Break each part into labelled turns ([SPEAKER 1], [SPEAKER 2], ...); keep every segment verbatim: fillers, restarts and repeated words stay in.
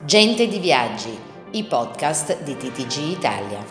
[SPEAKER 1] Gente di Viaggi, i podcast di T T G Italia.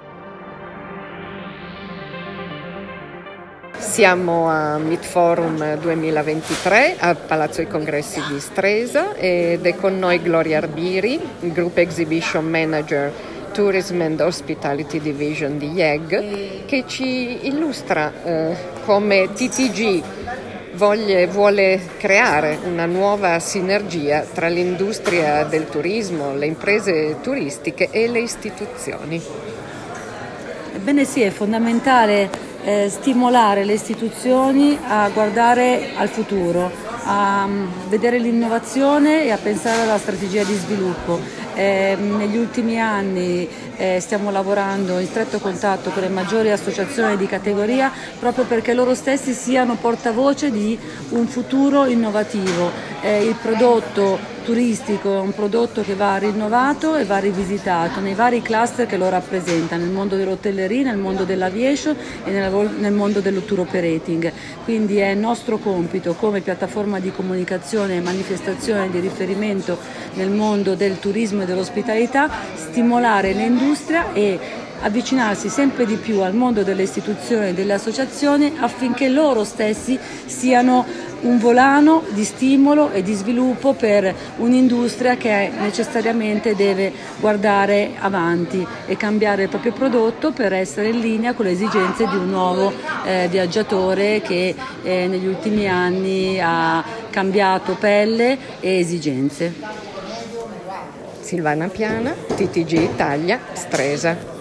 [SPEAKER 2] Siamo a Meetforum duemilaventitré al Palazzo dei Congressi di Stresa ed è con noi Gloria Arbiri, Group Exhibition Manager Tourism and Hospitality Division di I E G, che ci illustra eh, come T T G voglie, vuole creare una nuova sinergia tra l'industria del turismo, le imprese turistiche e le istituzioni.
[SPEAKER 3] Ebbene sì, è fondamentale eh, stimolare le istituzioni a guardare al futuro, a um, vedere l'innovazione e a pensare alla strategia di sviluppo. Eh, negli ultimi anni eh, stiamo lavorando in stretto contatto con le maggiori associazioni di categoria proprio perché loro stessi siano portavoce di un futuro innovativo. Eh, il prodotto turistico è un prodotto che va rinnovato e va rivisitato nei vari cluster che lo rappresentano, nel mondo dell'hotelleria, nel mondo dell'aviation e nel mondo dello tour operating. Quindi è nostro compito come piattaforma di comunicazione e manifestazione di riferimento nel mondo del turismo e dell'ospitalità stimolare l'industria e avvicinarsi sempre di più al mondo delle istituzioni e delle associazioni affinché loro stessi siano un volano di stimolo e di sviluppo per un'industria che necessariamente deve guardare avanti e cambiare il proprio prodotto per essere in linea con le esigenze di un nuovo eh, viaggiatore che eh, negli ultimi anni ha cambiato pelle e esigenze.
[SPEAKER 2] Silvana Piana, T T G Italia, Stresa.